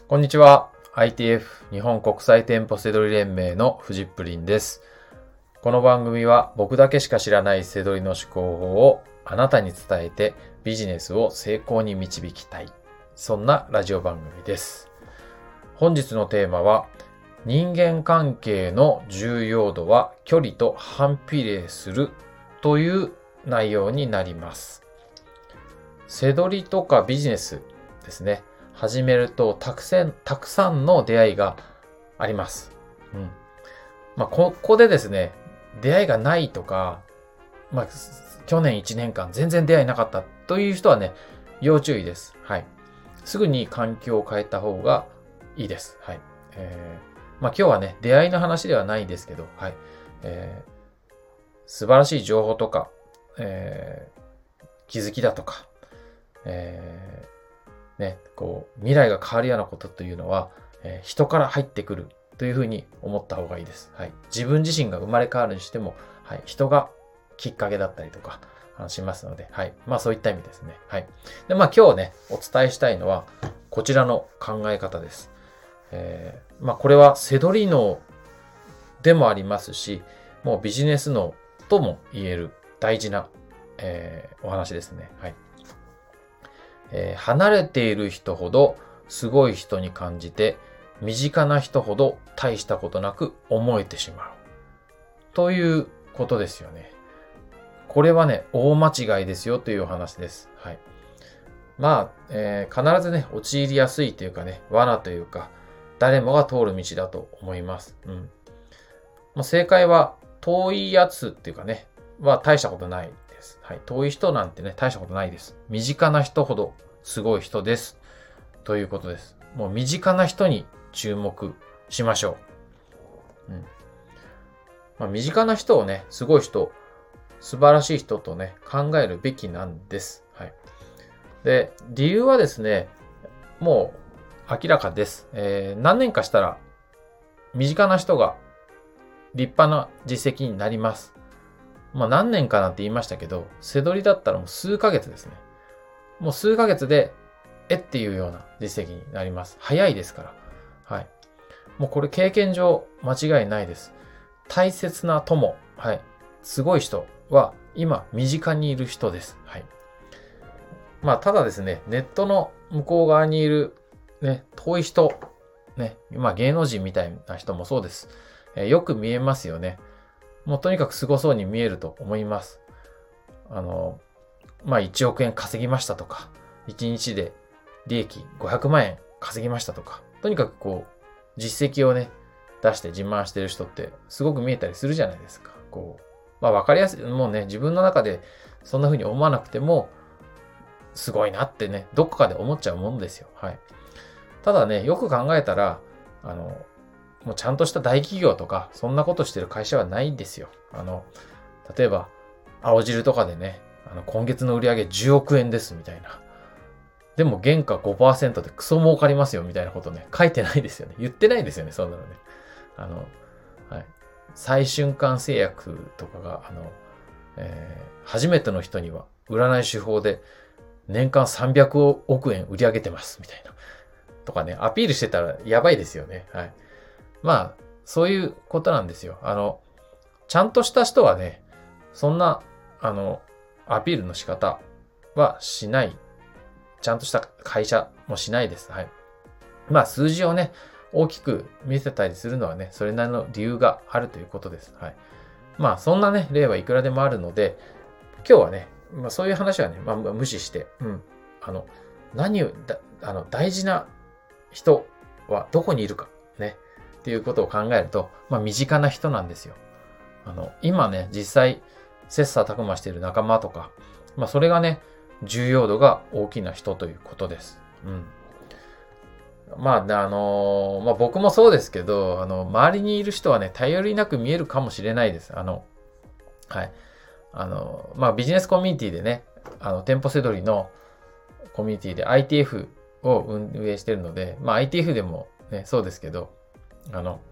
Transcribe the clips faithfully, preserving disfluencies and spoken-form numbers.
こんにちは。アイティーエフ 日本国際店舗セドリ連盟のフジップリンです。この番組は僕だけしか知らないセドリの思考法をあなたに伝えてビジネスを成功に導きたい。そんなラジオ番組です。本日のテーマは人間関係の重要度は距離と反比例するという内容になります。セドリとかビジネスですね。始めるとたくさん、たくさんの出会いがあります。うん。まあ、ここでですね、出会いがないとか、まあ、去年いちねんかん全然出会いなかったという人はね、要注意です。はい。すぐに環境を変えた方がいいです。はい。えー、まあ、今日はね、出会いの話ではないんですけど、はい。えー、素晴らしい情報とか、えー、気づきだとか、えーね、こう未来が変わるようなことというのは、えー、人から入ってくるというふうに思った方がいいです。はい、自分自身が生まれ変わるにしても、はい、人がきっかけだったりとかしますので、はい、まあそういった意味ですね。はい。で、まあ今日ね、お伝えしたいのはこちらの考え方です。えー、まあこれはセドリ脳でもありますし、もうビジネス脳とも言える大事な、えー、お話ですね。はい。えー、離れている人ほどすごい人に感じて、身近な人ほど大したことなく思えてしまう。ということですよね。これはね、大間違いですよというお話です。はい。まあ、えー、必ずね、陥りやすいというかね、罠というか、誰もが通る道だと思います。うん。まあ、正解は、遠いやつっていうかね、は大したことないです。はい。遠い人なんてね、大したことないです。身近な人ほどすごい人です。ということです。もう身近な人に注目しましょう。うん。まあ、身近な人をね、すごい人、素晴らしい人とね、考えるべきなんです。はい。で、理由はですね、もう明らかです。えー、何年かしたら、身近な人が立派な実績になります。まあ何年かなんて言いましたけど、背取りだったらもう数ヶ月ですね。もう数ヶ月で、えっていうような実績になります。早いですから。はい。もうこれ経験上間違いないです。大切な友、はい。すごい人は今身近にいる人です。はい。まあただですね、ネットの向こう側にいるね、遠い人、ね、まあ芸能人みたいな人もそうです。えー、よく見えますよね。もうとにかくすごそうに見えると思います。あの、まあいちおくえん稼ぎましたとか、いちにちで利益ごひゃくまんえん稼ぎましたとか、とにかくこう、実績をね、出して自慢してる人ってすごく見えたりするじゃないですか。こう、まあわかりやすい、もうね、自分の中でそんな風に思わなくても、すごいなってね、どこかで思っちゃうもんですよ。はい。ただね、よく考えたら、あの、もうちゃんとした大企業とか、そんなことしてる会社はないんですよ。あの、例えば、青汁とかでね、あの、今月の売り上げじゅうおくえんですみたいな。でも原価 ごパーセント でクソ儲かりますよみたいなことね、書いてないですよね。言ってないですよね、そんなのね。あの、はい。最瞬間製薬とかが、あの、えー、初めての人には占い手法で年間さんびゃくおくえん売り上げてますみたいな。とかね、アピールしてたらやばいですよね。はい。まあ、そういうことなんですよ。あの、ちゃんとした人はね、そんな、あの、アピールの仕方はしない。ちゃんとした会社もしないです。はい。まあ、数字をね、大きく見せたりするのはね、それなりの理由があるということです。はい。まあ、そんなね、例はいくらでもあるので、今日はね、まあ、そういう話はね、まあ、無視して、うん。あの、何を、だあの、大事な人はどこにいるか、ね。っていうことを考えると、まあ身近な人なんですよ。あの、今ね、実際、切磋琢磨している仲間とか、まあそれがね、重要度が大きな人ということです。うん。まあ、あのー、まあ僕もそうですけど、あの、周りにいる人はね、頼りなく見えるかもしれないです。あの、はい。あの、まあビジネスコミュニティでね、あの、店舗セドリのコミュニティで アイティーエフ を運営しているので、まあ アイティーエフ でもね、そうですけど、あの、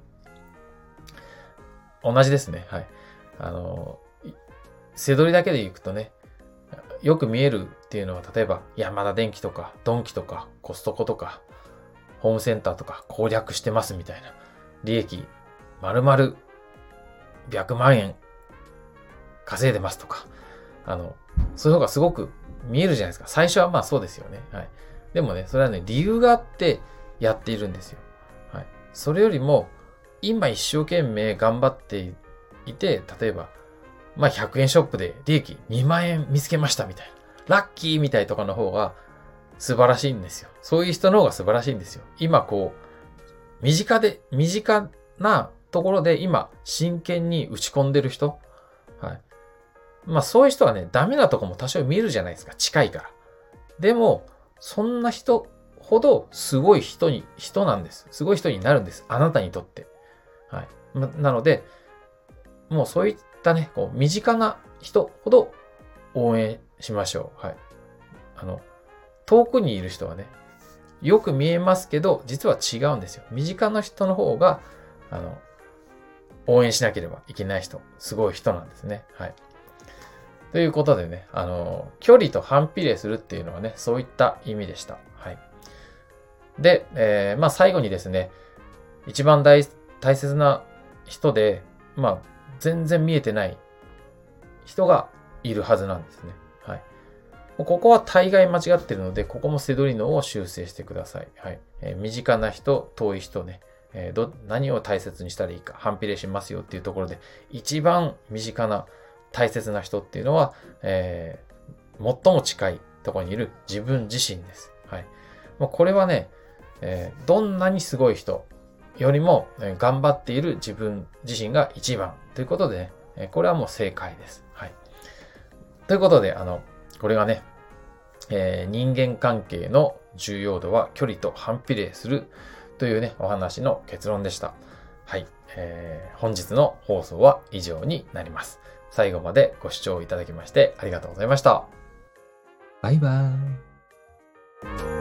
同じですね。はい。あの、背取りだけで行くとね、よく見えるっていうのは、例えば、ヤマダ電機とか、ドンキとか、コストコとか、 ホームセンターとか攻略してますみたいな。利益、丸々、ひゃくまんえん稼いでますとか。あの、そういうのがすごく見えるじゃないですか。最初はまあそうですよね。はい。でもね、それはね、理由があってやっているんですよ。はい。それよりも、今一生懸命頑張っていて、例えば、まあひゃくえんショップで利益にまんえん見つけましたみたいな。ラッキーみたいとかの方が素晴らしいんですよ。そういう人の方が素晴らしいんですよ。今こう、身近で、身近なところで今真剣に打ち込んでる人。はい。まあそういう人はね、ダメなとこも多少見えるじゃないですか。近いから。でも、そんな人ほどすごい人に、人なんです。すごい人になるんです。あなたにとって。はい。ま、なので、もうそういったね、こう、身近な人ほど応援しましょう。はい。あの、遠くにいる人はね、よく見えますけど、実は違うんですよ。身近な人の方が、あの、応援しなければいけない人、すごい人なんですね。はい。ということでね、あの、距離と反比例するっていうのはね、そういった意味でした。はい。で、えー、まあ最後にですね、一番大、大切な人で、まあ全然見えてない人がいるはずなんですね。はい。ここは大概間違ってるので、ここもセドリノを修正してください。はい。えー、身近な人、遠い人ね、えー、ど、何を大切にしたらいいか、反比例しますよっていうところで、一番身近な大切な人っていうのは、えー、最も近いところにいる自分自身です。はい。もうこれはね、えー、どんなにすごい人よりも、えー、頑張っている自分自身が一番ということでね、えー、これはもう正解です。はい。ということで、あの、これがね、えー、人間関係の重要度は距離と反比例するというね、お話の結論でした。はい。えー、本日の放送は以上になります。最後までご視聴いただきましてありがとうございました。バイバーイ。